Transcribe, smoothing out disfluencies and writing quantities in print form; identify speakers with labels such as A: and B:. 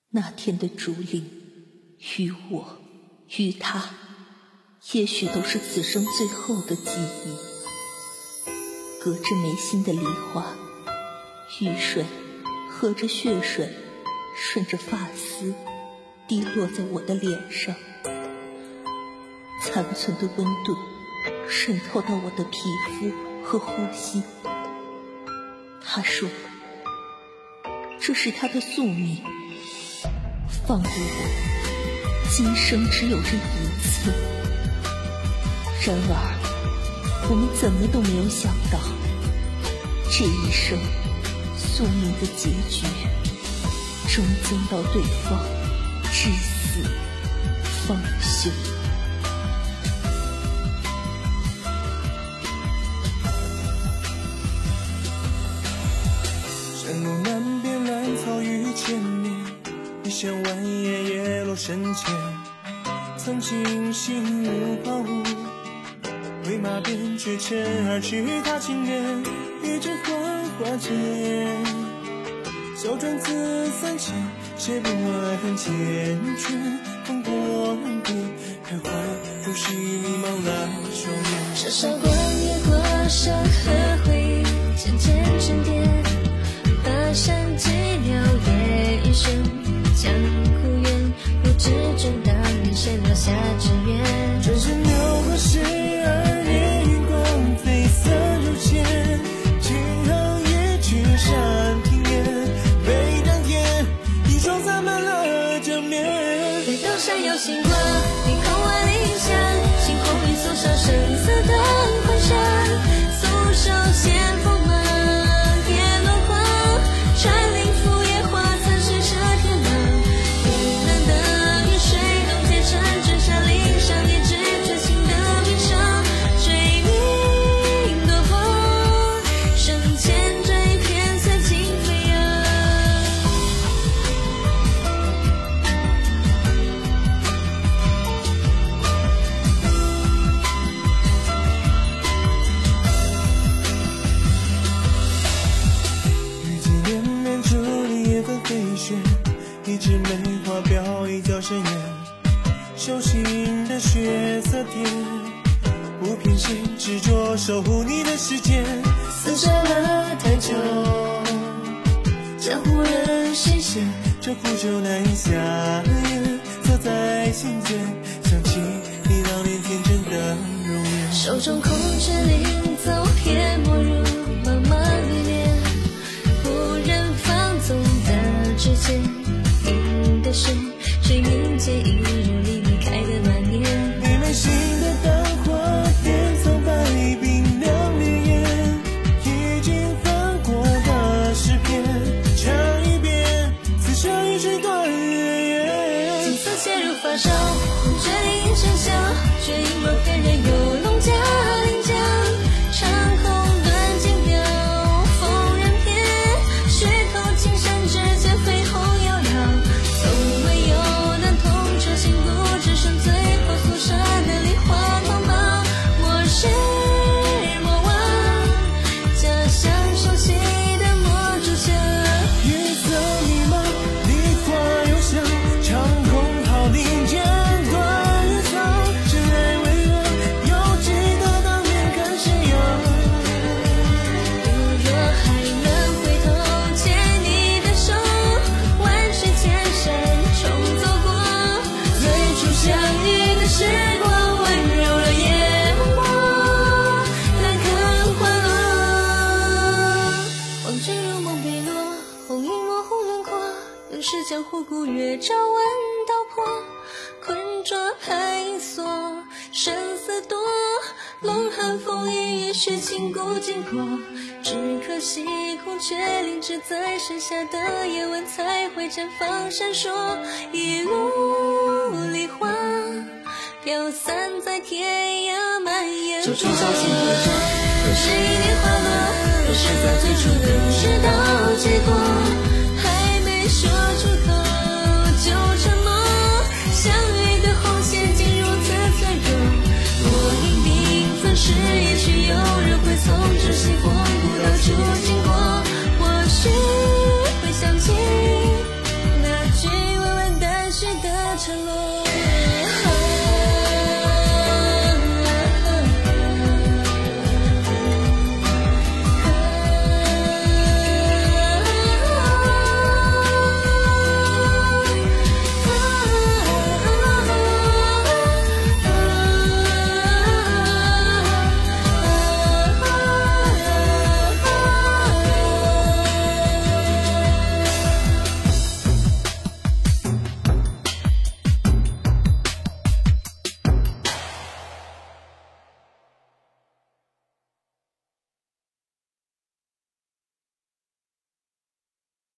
A: 那天的竹林，与我，与他，也许都是此生最后的记忆。隔着眉心的梨花，雨水和着血水，顺着发丝滴落在我的脸上，残存的温度渗透到我的皮肤和呼吸。他说这是他的宿命，放给我今生只有这一次。然而我们怎么都没有想到，这一生宿命的结局终将到对方至死方休。
B: 山路南边兰草雨千年，一向晚叶叶落深浅。曾经心无旁骛，为马鞭却尘而去踏情缘，一枝花花间，小船自三千，写不完恨缱绻。风过人地，徘徊如细迷茫了双眼。
C: 沙沙光越过山河回忆，渐渐沉淀。巴山寂寥夜一生，江湖远，不知正当年谁留下志愿。
B: 转身流过12年，云光飞散如剑，惊鸿一去山平原，北丹天，一双洒满了江面。
C: 北斗山有星光，凌空万里香，星火会诉说生死的幻想，素手牵锋芒，叶落花，穿林覆叶花残是这天狼。云南的雨水冻结成纸山岭上，也只追情的面上，追名夺风，生前这一片随情飞扬。
B: 雨季连绵，竹林叶纷飞雪，一枝梅花飘逸交深渊，手心的血色点，不偏心执着守护你的时间。厮杀了太久，江湖人心弦，这苦酒难以下咽，锁在心间，想起你当年天真的容颜。
C: 手中空枝临走，撇没入茫茫历练，不忍放纵的指尖，赢的是谁明见一日黎明开的满眼。
B: 你眉心的淡花点苍白冰凉烈焰，已经翻过的诗篇，唱一遍，此生与谁断缘。
C: 金色切入发梢，红绝岭生香，却因若辨认有龙驾临江，长空断锦标，风人翩，血口青山指尖飞鸿遥遥，从未有难同彻心路，只剩最后肃杀的梨花茫茫。我是魔王，家乡熟悉的墨竹香。
B: 月色迷茫，梨花幽香，长空号令间断月藏，真爱为何又记得当年看夕阳。
C: 如若还能回头牵你的手，万水千山重走过，
B: 最初相遇的时光，温柔了眼窝，
C: 来看花落。黄尘如梦碧落，红晕模糊轮廓，仍是江湖古月，朝闻道破，困着盘锁，生死多，龙寒风雨也是情故经过，只可惜孔雀灵只在盛夏的夜晚才会绽放闪烁，一路梨花飘散在天涯蔓延。手中小心合着，若是一念花落，若是在最初的知道结果。